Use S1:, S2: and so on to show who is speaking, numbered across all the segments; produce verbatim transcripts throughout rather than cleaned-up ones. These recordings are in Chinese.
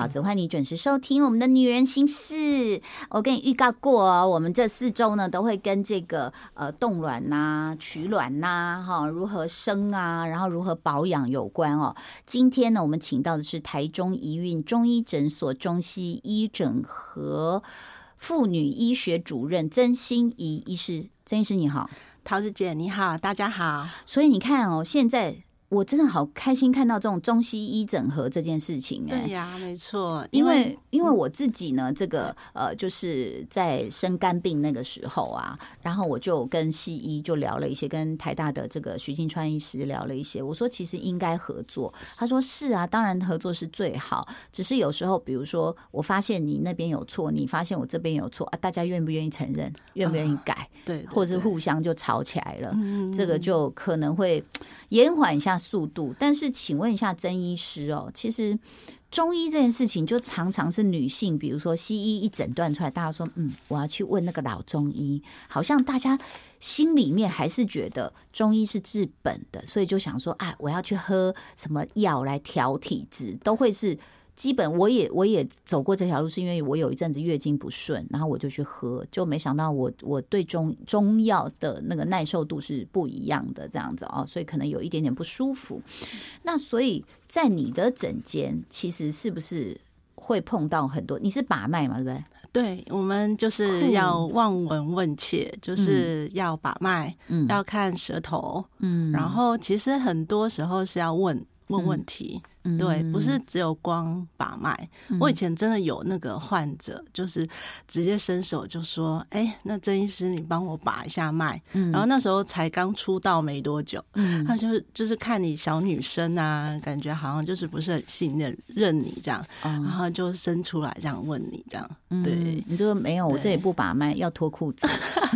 S1: 桃子，欢迎你准时收听我们的女人心事。我跟你预告过哦，我们这四周呢都会跟这个呃冻卵呐、取卵呐、哈如何生啊，然后如何保养有关哦。今天呢，我们请到的是台中宜蘊中医诊所中西医整合妇女医学主任曾心怡医师。曾医师你好。
S2: 桃子姐你好，大家好。
S1: 所以你看哦，现在我真的好开心看到这种中西医整合这件事情、欸。
S2: 对呀、啊，没错。
S1: 因为因为我自己呢，这个呃，就是在生肝病那个时候啊，然后我就跟西医就聊了一些，跟台大的这个徐金川医师聊了一些。我说其实应该合作，他说是啊，当然合作是最好。只是有时候，比如说我发现你那边有错，你发现我这边有错啊，大家愿不愿意承认，愿不愿意改？
S2: 啊、对, 对, 对，
S1: 或者是互相就吵起来了，
S2: 嗯、
S1: 这个就可能会延缓一下速度。但是请问一下曾医师哦，其实中医这件事情就常常是女性，比如说西医一诊断出来，大家说嗯，我要去问那个老中医，好像大家心里面还是觉得中医是治本的，所以就想说啊，我要去喝什么药来调体质，都会是基本。我也我也走过这条路，是因为我有一阵子月经不顺，然后我就去喝，就没想到我我对中中药的那个耐受度是不一样的，这样子哦，所以可能有一点点不舒服。那所以在你的诊间，其实是不是会碰到很多？你是把脉嘛，对不对？
S2: 对，我们就是要望闻问切，就是要把脉、嗯，要看舌头，嗯，然后其实很多时候是要问问问题。嗯，对，不是只有光把脉、嗯。我以前真的有那个患者，就是直接伸手就说：“哎、欸，那曾医师，你帮我把一下脉。嗯”然后那时候才刚出道没多久，嗯，他就是就是看你小女生啊，感觉好像就是不是很信任认你这样、嗯，然后就伸出来这样问你这样。对，
S1: 嗯、你就说没有，我这里不把脉，要脱裤子。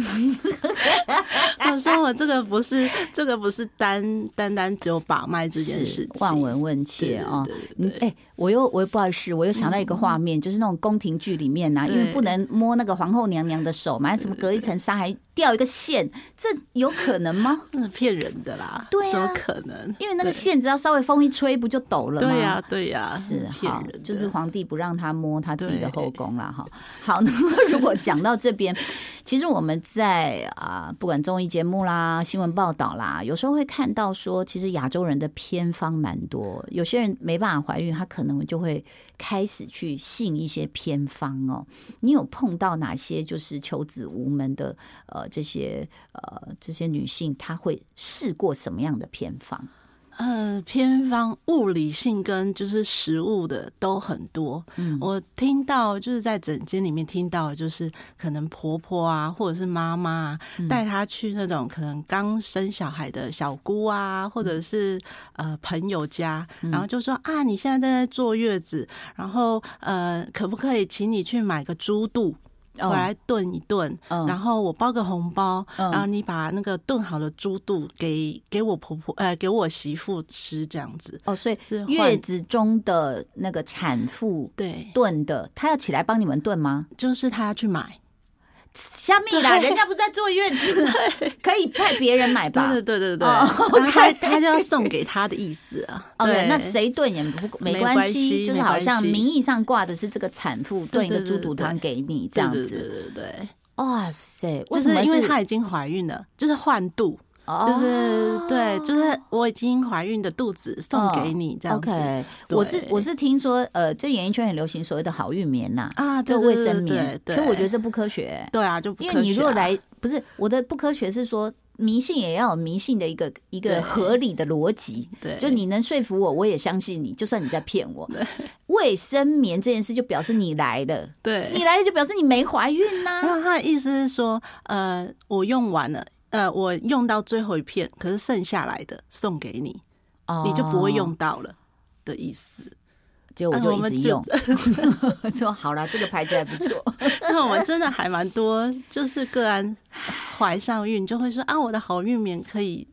S2: 我说我这个不是这个不是单单单只有把脉这件事情，
S1: 望闻问切哦。你哎、欸，我又我又不好意思，我又想到一个画面、嗯，就是那种宫廷剧里面呐、啊，因为不能摸那个皇后娘娘的手嘛，什么隔一层纱还掉一个线，这有可能吗？
S2: 那是骗人的啦，
S1: 对啊，
S2: 怎么可能？
S1: 因为那个线只要稍微风一吹，不就抖了吗？
S2: 对呀、啊，对呀、啊，
S1: 是
S2: 骗人的，
S1: 就是皇帝不让他摸他自己的后宫啦哈。好，那么如果讲到这边，其实我们在啊、呃，不管综艺节目啦、新闻报道啦，有时候会看到说，其实亚洲人的偏方蛮多，有些人没办法怀孕，他可能就会开始去信一些偏方哦。你有碰到哪些就是求子无门的呃这些呃这些女性，她会试过什么样的偏方？
S2: 呃，偏方物理性跟就是食物的都很多。嗯，我听到就是在诊间里面听到，就是可能婆婆啊，或者是妈妈啊，带她去那种可能刚生小孩的小姑啊，或者是呃朋友家，然后就说啊，你现在正在坐月子，然后呃，可不可以请你去买个猪肚？回来炖一炖、嗯，然后我包个红包、嗯，然后你把那个炖好的猪肚给给我婆婆，呃，给我媳妇吃，这样子。
S1: 哦，所以月子中的那个产妇
S2: 对
S1: 炖的，她要起来帮你们炖吗？
S2: 就是她要去买。
S1: 虾米啦，人家不在坐月子，可以派别人买吧？
S2: 对对对对对，哦、他他就要送给他的意思啊。
S1: 对， okay, 那谁炖也不没关系，就是好像名义上挂的是这个产妇炖一个猪肚汤给你这样子。
S2: 对对对 对, 对，
S1: 哇塞，
S2: 为什么？就是因为她已经怀孕了，就是换肚。就是、oh, 对，就是我已经怀孕的肚子送给你这样子。Oh, OK，
S1: 我是我是听说，呃，这演艺圈很流行所谓的好孕棉呐、
S2: 啊，
S1: 就卫生棉。
S2: 对，对
S1: 可我觉得这不科学。
S2: 对啊，就不科学、啊、
S1: 因为你如果来，不是我的不科学是说迷信也要有迷信的一个一个合理的逻辑。对，就你能说服我，我也相信你，就算你在骗我。卫生棉这件事就表示你来了，
S2: 对，
S1: 你来了就表示你没怀孕呐、啊。
S2: 然后他的意思是说，呃，我用完了。呃，我用到最后一片，可是剩下来的送给你，哦、你就不会用到了的意思。
S1: 结果我就一直用，啊、说好啦，这个牌子还不错。
S2: 那我们真的还蛮多，就是个案怀上孕就会说啊，我的好孕棉可以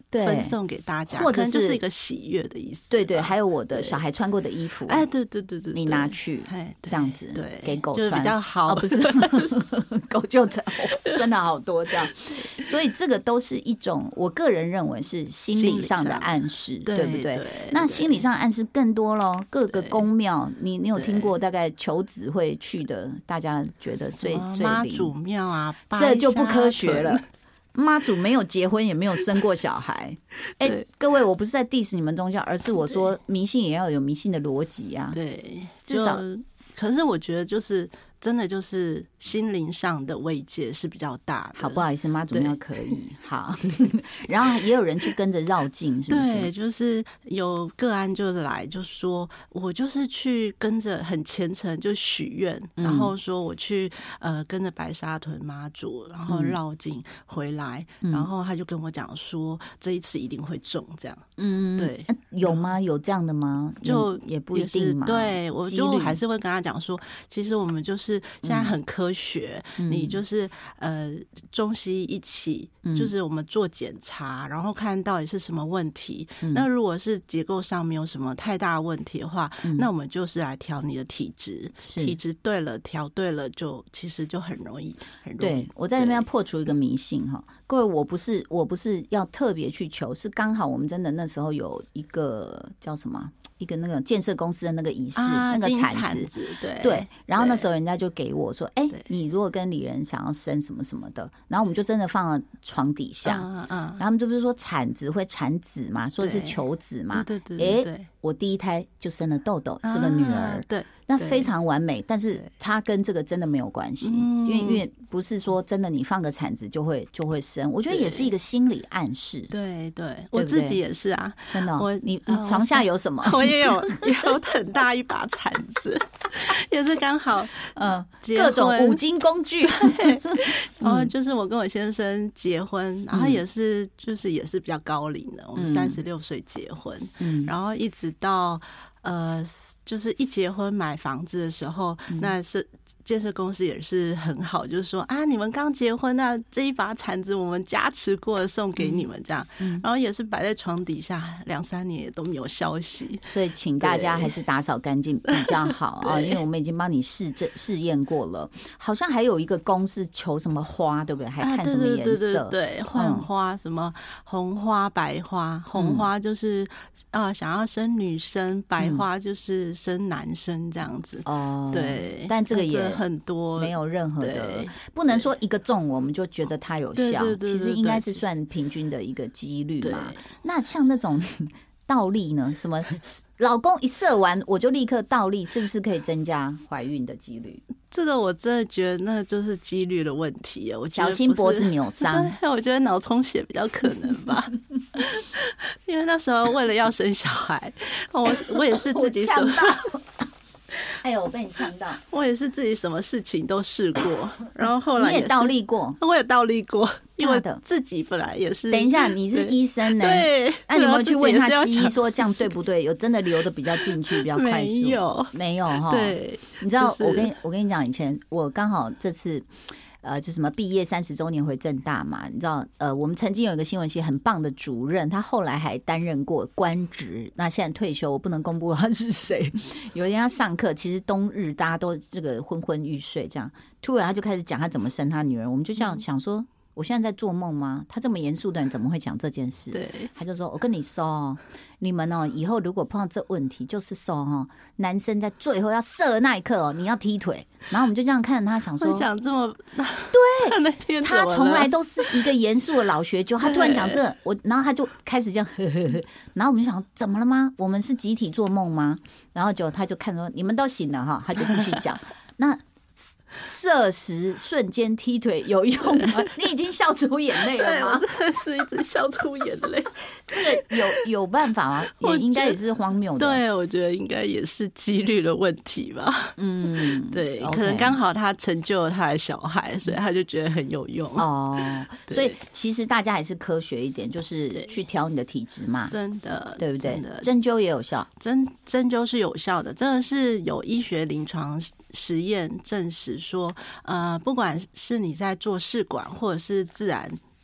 S2: 分送给大家，
S1: 或者是
S2: 就是一个喜悦的意思。
S1: 对对，还有我的小孩穿过的衣服，
S2: 哎，对对对对，
S1: 你拿去这样子，
S2: 对，
S1: 给狗穿
S2: 比较好，
S1: 哦、不是狗就生了好多这样，所以这个都是一种我个人认为是心理上的暗示，对不对？那心理上的暗示更多咯，各个宫庙，你你有听过大概求子会去的，大家觉得最最
S2: 妈祖庙啊，
S1: 这就不科学了。妈祖没有结婚，也没有生过小孩。哎、欸，各位，我不是在 diss 你们宗教，而是我说迷信也要有迷信的逻辑啊。
S2: 对，
S1: 至少，
S2: 可是我觉得就是真的就是心灵上的慰藉是比较大的。
S1: 好，不好意思，妈祖庙可以好，然后也有人去跟着绕境，是不是？
S2: 对，就是有个案就来就说，我就是去跟着很虔诚就许愿，嗯、然后说我去呃跟着白沙屯妈祖，然后绕境回来，嗯、然后他就跟我讲说这一次一定会中这样。嗯，对，
S1: 啊、有吗？有这样的吗？
S2: 就
S1: 也不一定嘛。
S2: 对，我就还是会跟他讲说，其实我们就是现在很科学，嗯、你就是呃中西医一起，嗯、就是我们做检查，然后看到底是什么问题。嗯、那如果是结构上没有什么太大问题的话，嗯、那我们就是来调你的体质，体质对了，调对了就，就其实就很容易，很容易。
S1: 对，我在这边要破除一个迷信哈，各位，我不是我不是要特别去求，是刚好我们真的那时候有一个叫什么？一个那个建设公司的那个仪式，啊、那个铲子，
S2: 对
S1: 对。然后那时候人家就给我说：“哎、欸，你如果跟李仁想要生什么什么的，然后我们就真的放了床底下。嗯嗯、然后他们就不是说铲子会产子嘛，说是求子嘛。
S2: 对对对对。
S1: 欸，我第一胎就生了豆豆，是个女儿。啊、
S2: 对。
S1: 那非常完美，但是它跟这个真的没有关系，因为因为不是说真的你放个铲子就会就会生，我觉得也是一个心理暗示。
S2: 对 对, 对，我自己也是啊，
S1: 真的、哦。
S2: 我
S1: 你你床下有什么？
S2: 我也有有很大一把铲子，也是刚好
S1: 嗯各种五金工具。
S2: 然后就是我跟我先生结婚，然后也是就是也是比较高龄的，我们三十六岁结婚，嗯，然后一直到。呃，就是一结婚买房子的时候，嗯、那是建设公司也是很好，就是说啊，你们刚结婚，那这一把铲子我们加持过的送给你们这样，嗯、然后也是摆在床底下两三年也都没有消息，
S1: 所以请大家还是打扫干净比较好啊，因为我们已经帮你试这试验过了，好像还有一个公是求什么花，对不对？还看什么颜色？啊、对对对
S2: 对，换花、嗯、什么红花、白花，红花就是啊、呃、想要生女生，白花。花就是生男生这样子哦，对，
S1: 但这个也
S2: 很多，
S1: 没有任何的，不能说一个中我们就觉得它有效，其实应该是算平均的一个几率嘛。那像那种倒立呢？什么老公一射完我就立刻倒立，是不是可以增加怀孕的几率？
S2: 这个我真的觉得那就是几率的问题，我觉得
S1: 小心脖子扭伤。
S2: 我觉得脑充血比较可能吧，因为那时候为了要生小孩，我我也是自己什么。
S1: 哎呦，我被你呛到！
S2: 我也是自己什么事情都试过，然后后来
S1: 你也倒立过，
S2: 我也倒立过，因为自己本来也是。
S1: 等一下，你是医生呢？
S2: 对，
S1: 那你有没有去问他西医说这样对不对？有真的流的比较进去，比较快速？
S2: 没有，
S1: 没有哈。
S2: 对，
S1: 你知道我跟我跟你讲，以前我刚好这次。呃，就什么毕业三十周年回政大嘛，你知道，呃，我们曾经有一个新闻系很棒的主任，他后来还担任过官职，那现在退休，我不能公布他是谁。有一天他上课，其实冬日大家都这个昏昏欲睡，这样突然他就开始讲他怎么生他女儿，我们就这样想说。我现在在做梦吗？他这么严肃的人怎么会讲这件事？
S2: 对，
S1: 他就说：“我跟你说哦，你们哦，以后如果碰到这问题，就是说哦，男生在最后要射的那一刻哦，你要踢腿。”然后我们就这样看着他，想说：“
S2: 讲这么
S1: 对，他从来都是一个严肃的老学究，他突然讲这，我然后他就开始这样呵呵呵，然后我们就想怎么了吗？我们是集体做梦吗？然后就他就看说你们都醒了哈，他就继续讲那。”射时瞬间踢腿有用吗？你已经笑出眼泪了吗？
S2: 对，我真的是一直笑出眼泪。
S1: 这个有有办法吗？也应该也是荒谬的。
S2: 对，我觉得应该也是几率的问题吧。嗯，对， okay. 可能刚好他成就了他的小孩，所以他就觉得很有用
S1: 哦。所以其实大家还是科学一点，就是去调你的体质嘛。
S2: 真的，
S1: 对不对？针灸也有效，
S2: 针针灸是有效的，真的是有医学临床实验证实说，呃，不管是你在做试管或者是自然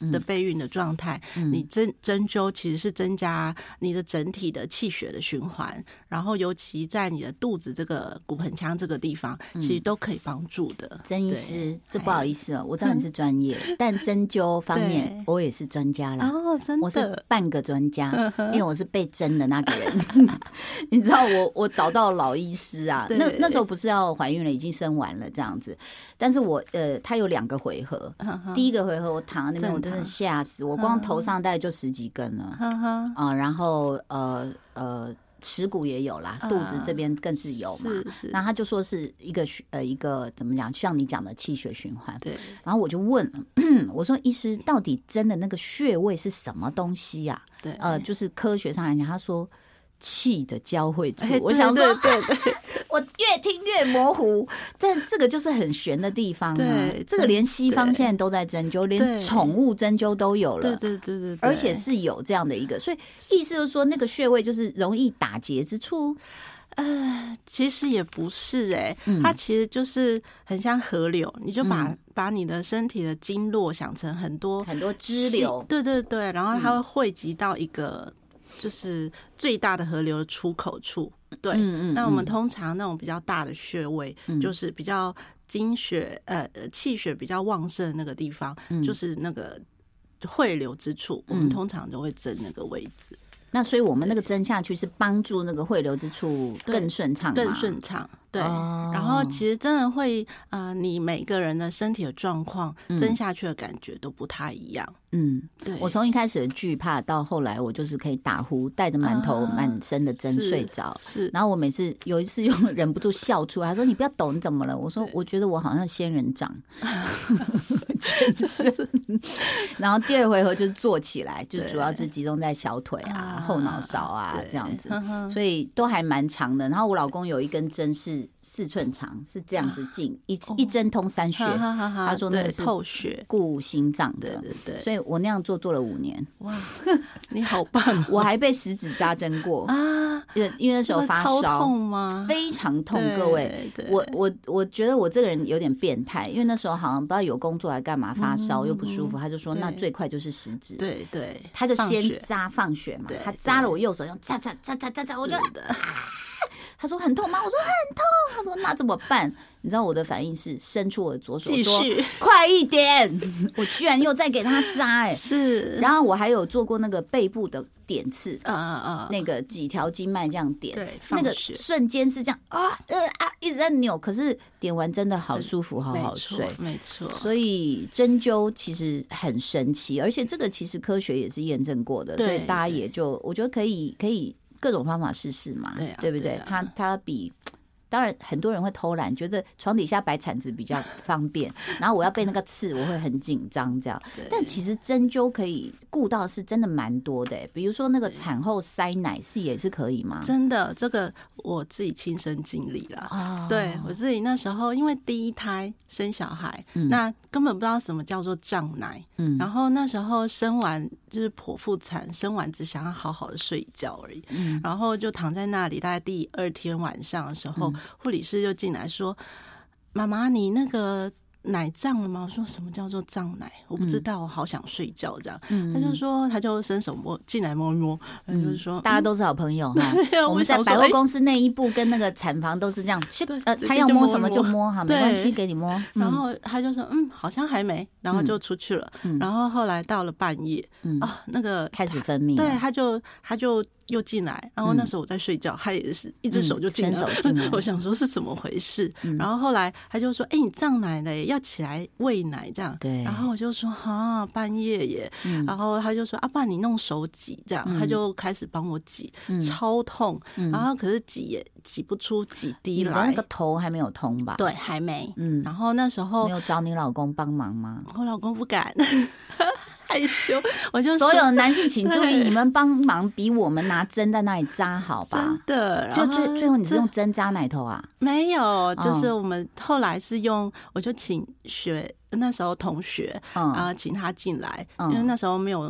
S2: 的备孕的状态，嗯、你针针灸其实是增加你的整体的气血的循环，然后尤其在你的肚子这个骨盆腔这个地方，嗯、其实都可以帮助的。
S1: 曾医师，这不好意思哦，我知道你是专业，嗯、但针灸方面我也是专家啦。
S2: 哦，真的，
S1: 我是半个专家，因为我是被针的那个人。你知道我我找到老医师啊，那那时候不是要怀孕了，已经生完了这样子，但是我呃，他有两个回合，第一个回合我躺在那边，我真的吓死，我光头上大概就十几根了啊、呃，然后呃呃。耻骨也有啦，肚子这边更是有嘛。是是。那他就说是一个呃一个怎么讲，像你讲的气血循环。对。然后我就问了，我说医师，到底针的那个穴位是什么东西呀、啊？对。呃，就是科学上来讲，他说气的交汇处。欸、我想说，对 对, 对，我越听越模糊。但这个就是很玄的地方啊。对，这个连西方现在都在针灸，连宠物针灸都有了。对对对 对, 对。而且是有这样的一个，所以意思就是说，那个穴位就是容易打结之处。
S2: 呃，其实也不是哎、欸，嗯、它其实就是很像河流，你就把、嗯、把你的身体的经络想成很多
S1: 很多支流，
S2: 对对对，然后它会汇集到一个就是最大的河流的出口处。对，嗯嗯，那我们通常那种比较大的穴位，嗯、就是比较精血呃气血比较旺盛的那个地方，嗯、就是那个汇流之处，我们通常都会针那个位置。
S1: 那所以我们那个针下去是帮助那个汇流之处更顺畅，
S2: 更顺畅。对，哦、然后其实真的会，呃，你每个人的身体的状况，针下去的感觉都不太一样。嗯，对。
S1: 我从一开始的惧怕到后来，我就是可以打呼，带着满头满身的针睡着。是。然后我每次有一次又忍不住笑出来，他说：“你不要抖，你怎么了？”我说：“我觉得我好像仙人掌。”真是。然后第二回合就是坐起来，就主要是集中在小腿啊、后脑勺啊这样子，所以都还蛮长的。然后我老公有一根针是四寸长，是这样子进一一针通三穴，他说那个是
S2: 透血
S1: 顾心脏的，
S2: 对对对。
S1: 所以我那样做做了五年。
S2: 哇，你好棒！
S1: 我还被食指扎针过啊，因为那时候发烧，
S2: 超痛吗？
S1: 非常痛，各位。我我我觉得我这个人有点变态，因为那时候好像不知道有工作还干嘛，发烧又不舒服，他就说那最快就是食指，
S2: 对对，
S1: 他就先扎放血嘛，他扎了我右手，用扎扎扎扎扎扎，我就。他说很痛吗？我说很痛。他说那怎么办？你知道我的反应是伸出我的左手说快一点。我居然又再给他扎哎、欸，是。然后我还有做过那个背部的点刺，啊啊啊，那个几条经脉这样点，对，那个瞬间是这样啊呃啊一直在扭，可是点完真的好舒服，好好睡，
S2: 没错。
S1: 所以针灸其实很神奇，而且这个其实科学也是验证过的，所以大家也就我觉得可以可以。各种方法试试嘛，对、啊、对不对？它它比当然很多人会偷懒，觉得床底下摆铲子比较方便，然后我要被那个刺，我会很紧张这样。但其实针灸可以顾到是真的蛮多的，比如说那个产后塞奶是也是可以吗？
S2: 真的，这个我自己亲身经历了。哦、对我自己那时候，因为第一胎生小孩，嗯、那根本不知道什么叫做胀奶，嗯、然后那时候生完就是剖腹产，生完只想要好好的睡觉而已，嗯、然后就躺在那里，大概第二天晚上的时候。嗯护理师就进来说：“妈妈，你那个奶胀了吗？”我说：“什么叫做胀奶？我不知道，我好想睡觉。”这样，嗯、他就说，他就伸手摸进来摸一摸，他就是说、嗯，
S1: 大家都是好朋友哈。我们在百货公司内一部跟那个产房都是这样，呃，他要摸什么就摸哈，没关系，给你摸。
S2: 然后他就说：“嗯，好像还没。”然后就出去了。嗯、然后后来到了半夜，嗯、啊，那个
S1: 开始分泌，
S2: 对，他就他就。又进来，然后那时候我在睡觉，嗯、他也是一只手就进来，嗯、我想说是怎么回事，嗯、然后后来他就说：“哎、欸，你胀奶了，要起来喂奶这样。”对，然后我就说：“啊，半夜耶。嗯”然后他就说：“啊，爸，你弄手挤这样。嗯”他就开始帮我挤，嗯、超痛，嗯、然后可是挤也挤不出几滴来。
S1: 你的那个头还没有通吧？
S2: 对，还没。嗯，然后那时候
S1: 没有找你老公帮忙吗？
S2: 我老公不敢。害羞，我就
S1: 所有男性请注意，你们帮忙比我们拿针在那里扎好吧？
S2: 真的，
S1: 就最最后你是用针扎奶头啊？
S2: 没有，就是我们后来是用，我就请学那时候同学啊、嗯呃，请他进来，嗯、因为那时候没有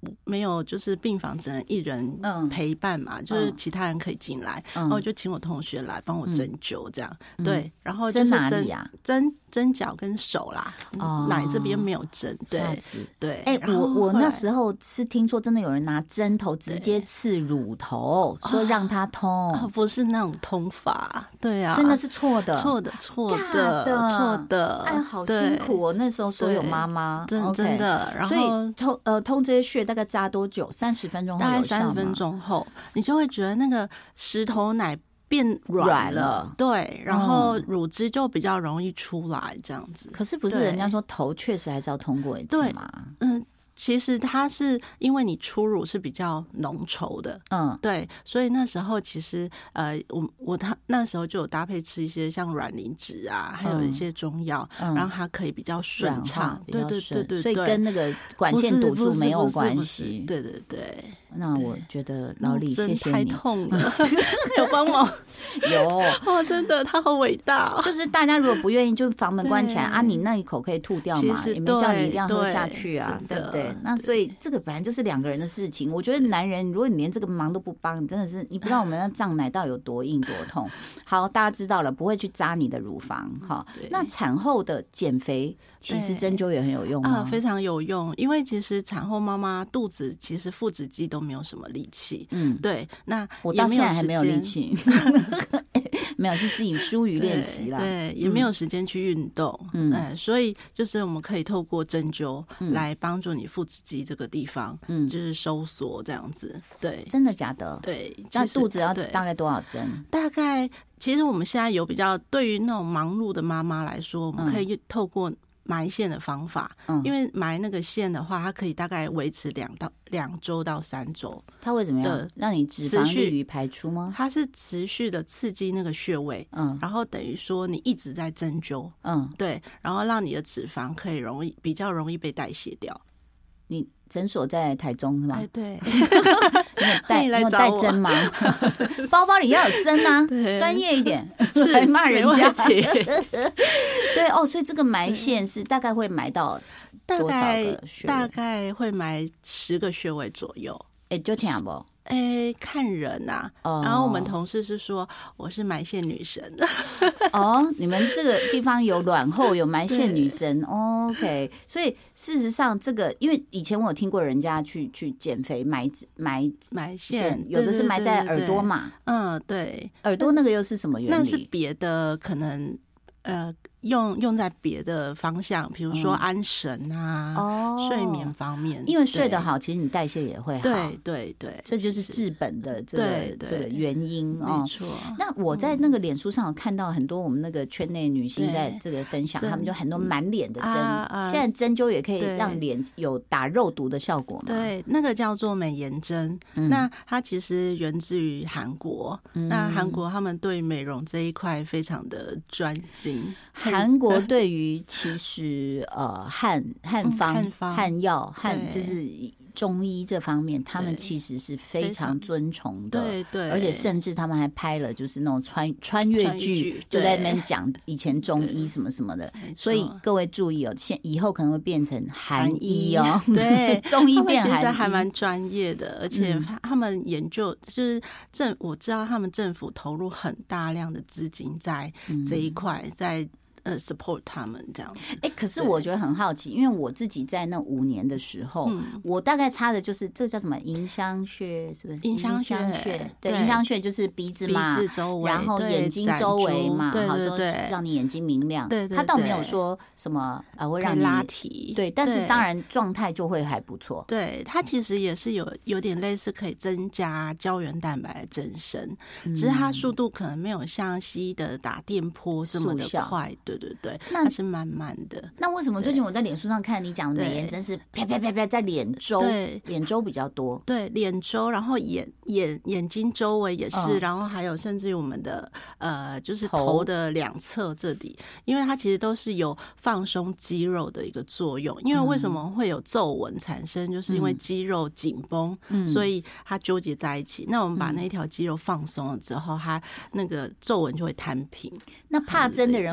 S2: 没有就是病房只能一人陪伴嘛，嗯、就是其他人可以进来，嗯、然后我就请我同学来帮我针灸这样，嗯、对，然后就是针
S1: 针啊
S2: 针针脚跟手啦，哦、奶这边没有针，对对。
S1: 哎、欸，我我那时候是听说真的有人拿针头直接刺乳头，说让它通、
S2: 哦，不是那种通法，对啊，
S1: 所以那是错的，
S2: 错的，错的，错的。
S1: 哎，好辛苦哦，那时候所有妈妈
S2: 真的真的，然后
S1: 所以通呃通这些穴大概扎多久？三十分钟后有效吗？
S2: 大概三十分钟后，你就会觉得那个石头奶变软了，对，然后乳汁就比较容易出来，这样子。
S1: 可是不是人家说头确实还是要通过一次吗？
S2: 嗯。其实它是因为你初乳是比较浓稠的，嗯，对，所以那时候其实呃，我我他那时候就有搭配吃一些像卵磷脂啊，还有一些中药，嗯、让它可以比较顺畅，对对对对，
S1: 所以跟那个管线堵住没有关系，
S2: 对对对。
S1: 那我觉得老李，谢谢你，
S2: 太痛了，有帮忙，
S1: 有
S2: 哦，真的，他好伟大、哦。
S1: 就是大家如果不愿意，就房门关起来啊，你那一口可以吐掉嘛，也没叫你一定要喝下去啊，对不对？那所以这个本来就是两个人的事情。我觉得男人，如果你连这个忙都不帮，你真的是你不知道我们的胀奶到底有多硬多痛。好，大家知道了，不会去扎你的乳房。好，那产后的减肥，其实针灸也很有用啊、
S2: 嗯，非常有用。因为其实产后妈妈肚子其实腹直肌都没有什么力气，嗯，对，那
S1: 我到现在还没有力气，没有是自己疏于练习啦，
S2: 对，也没有时间去运动，嗯、哎，所以就是我们可以透过针灸来帮助你腹直肌这个地方，嗯，就是收缩这样子，对，
S1: 真的假的？
S2: 对，
S1: 那肚子要大概多少针？
S2: 大概其实我们现在有比较对于那种忙碌的妈妈来说，我们可以透过埋线的方法，嗯、因为埋那个线的话，它可以大概维持两到两周到三周。
S1: 它会怎么样？让你脂肪利于排出吗？
S2: 它是持续的刺激那个穴位，嗯，然后等于说你一直在针灸，嗯，对，然后让你的脂肪可以容易比较容易被代谢掉。
S1: 你诊所在台中是吗？
S2: 哎，对，
S1: 你有带你有带针吗？包包里要有针啊，专业一点，是来骂人家。对哦，所以这个埋线是大概会埋到多少个穴位？
S2: 大概会埋十个穴位左右。
S1: 哎，就听不？
S2: 哎，看人呐、啊。Oh. 然后我们同事是说我是埋线女神。
S1: 哦， oh, 你们这个地方有卵后有埋线女神。oh, OK， 所以事实上这个，因为以前我有听过人家去去减肥埋埋
S2: 埋线，
S1: 有的是埋在耳朵嘛。
S2: 嗯，对，
S1: 耳朵那个又是什么原理？
S2: 那是别的可能呃。用用在别的方向，比如说安神啊、哦、睡眠方面，
S1: 因为睡得好，其实你代谢也会好。
S2: 对对对，
S1: 这就是治本的这个这个原因哦。
S2: 没错。
S1: 那我在那个脸书上有看到很多我们那个圈内女性在这个分享，他们就很多满脸的针。啊啊、现在针灸也可以让脸有打肉毒的效果嘛？
S2: 对，那个叫做美颜针。嗯、那它其实源自于韩国，嗯、那韩国他们对美容这一块非常的专精。
S1: 韩国对于其实呃汉汉方、嗯、汉, 汉药汉就是中医这方面，他们其实是非常尊崇的，
S2: 对对，
S1: 而且甚至他们还拍了就是那种穿穿越剧，就在那边讲以前中医什么什么的。所以各位注意哦，现以后可能会变成韩医哦，
S2: 对，
S1: 中医变韩医，
S2: 其实还蛮专业的，而且他们研究就是政，我知道他们政府投入很大量的资金在这一块，在。呃 ，support 他们这样子。
S1: 哎、欸，可是我觉得很好奇，因为我自己在那五年的时候，嗯、我大概插的就是这叫什么迎香穴，是不是？
S2: 迎香穴，
S1: 对，迎香穴就是鼻子嘛，
S2: 鼻子周围，
S1: 然后眼睛周围嘛，
S2: 对对对，
S1: 好，让你眼睛明亮。
S2: 对 对, 对，
S1: 他倒没有说什么呃会让你
S2: 拉提，
S1: 对，但是当然状态就会还不错。
S2: 对，它其实也是有有点类似可以增加胶原蛋白的增生，嗯、只是它速度可能没有像西医的打电波这么的快。对对对，那是慢慢的。
S1: 那为什么最近我在脸书上看你讲的美颜针是啪啪啪啪在脸周，对，脸周比较多，
S2: 对，脸周，然后眼眼眼睛周围也是，嗯、然后还有甚至于我们的呃，就是头的两侧这里，因为它其实都是有放松肌肉的一个作用。因为为什么会有皱纹产生，就是因为肌肉紧绷，嗯、所以它纠结在一起。那我们把那条肌肉放松了之后，它那个皱纹就会摊平。
S1: 那怕针的人会不会自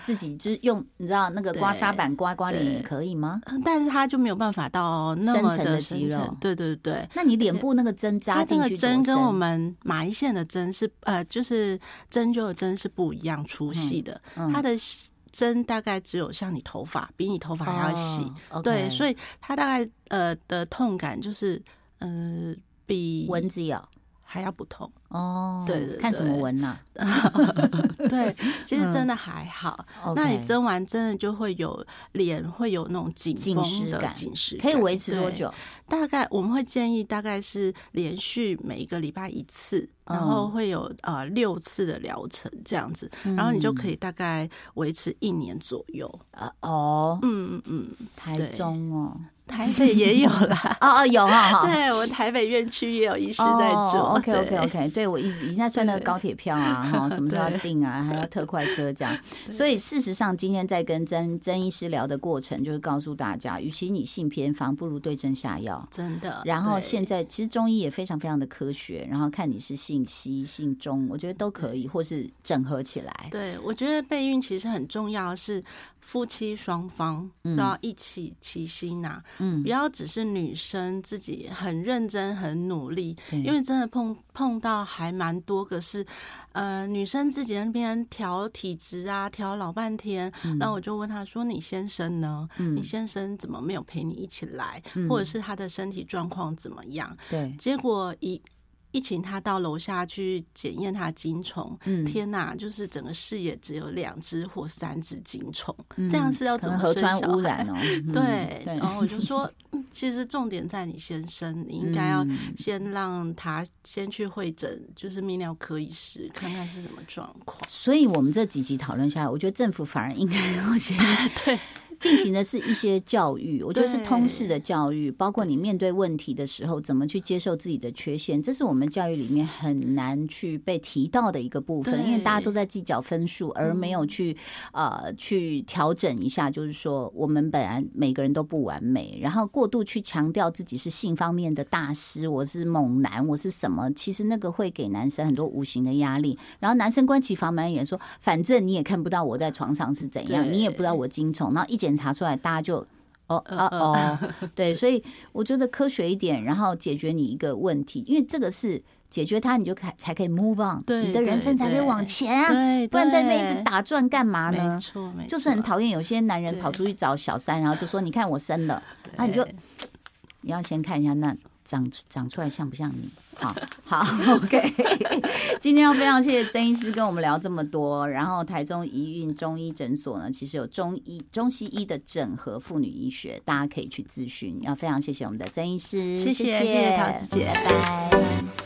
S1: 自己就是用你知道那个刮痧板刮刮脸也可以吗？
S2: 但是它就没有办法到那么
S1: 深层的肌肉。
S2: 对对对。
S1: 那你脸部那个针扎进去多深？
S2: 那个针跟我们马一线的针是呃，就是针灸的针是不一样粗细的，嗯嗯、它的针大概只有像你头发比你头发还要细，哦 okay、对，所以它大概呃的痛感就是呃比
S1: 蚊子咬
S2: 还要不痛
S1: 哦。
S2: 对 对, 对，
S1: 看什么蚊啊？
S2: 对，其实真的还好。嗯、那你针完真的就会有脸会有那种紧绷的紧实感，
S1: 可以维持多久？
S2: 大概我们会建议大概是连续每一个礼拜一次，然后会有呃六次的疗程这样子，嗯、然后你就可以大概维持一年左右。
S1: 呃哦，
S2: 嗯嗯嗯，
S1: 台中哦。
S2: 台北也有啦，
S1: 哦哦有哈哈，
S2: 对，我们台北院区也有医师在做。
S1: 哦、OK OK OK， 对我一直一直在算那个高铁票啊，哈，什么时候要订啊，还要特快车这样。所以事实上，今天在跟曾曾医师聊的过程，就是告诉大家，与其你信偏方，不如对症下药，
S2: 真的。
S1: 然后现在其实中医也非常非常的科学，然后看你是信西信中，我觉得都可以，或是整合起来。
S2: 对，我觉得备孕其实很重要，是夫妻双方都要一起齐心呐、啊。嗯，不要只是女生自己很认真很努力，因为真的碰碰到还蛮多个是，呃，女生自己那边调体质啊，调老半天，嗯、然后我就问她说：“你先生呢？嗯、你先生怎么没有陪你一起来？嗯、或者是他的身体状况怎么样？”
S1: 对，
S2: 结果一。一请他到楼下去检验他的精虫，嗯、天哪，就是整个视野只有两只或三只精虫，嗯、这样是要怎么生小孩？
S1: 河川污染哦。嗯、
S2: 对，对，然后我就说，其实重点在你先生，你应该要先让他先去会诊，就是泌尿科医师看看是什么状况。
S1: 所以我们这几集讨论下来，我觉得政府反而应该要先
S2: 对。
S1: 进行的是一些教育，我觉得是通识的教育，包括你面对问题的时候怎么去接受自己的缺陷，这是我们教育里面很难去被提到的一个部分，因为大家都在计较分数，而没有去、嗯、呃去调整一下，就是说我们本来每个人都不完美，然后过度去强调自己是性方面的大师，我是猛男，我是什么，其实那个会给男生很多无形的压力，然后男生关起房门也说，反正你也看不到我在床上是怎样，你也不知道我精虫，然后一检查出来，大家就哦啊哦，对，所以我觉得科学一点，然后解决你一个问题，因为这个是解决它，你就才可以 move on，
S2: 对，
S1: 你的人生才可以往前啊，
S2: 对，
S1: 不然在那一直打转干嘛呢？
S2: 没错，没错，
S1: 就是很讨厌有些男人跑出去找小三，然后就说你看我生了，那你就你要先看一下那长长出来像不像你？好好 ，OK。今天要非常谢谢曾医师跟我们聊这么多。然后台中宜蘊中医诊所呢，其实有中医、中西医的整合妇女医学，大家可以去咨询。要非常谢谢我们的曾医师，
S2: 谢谢谢谢陶子姐，
S1: 拜拜。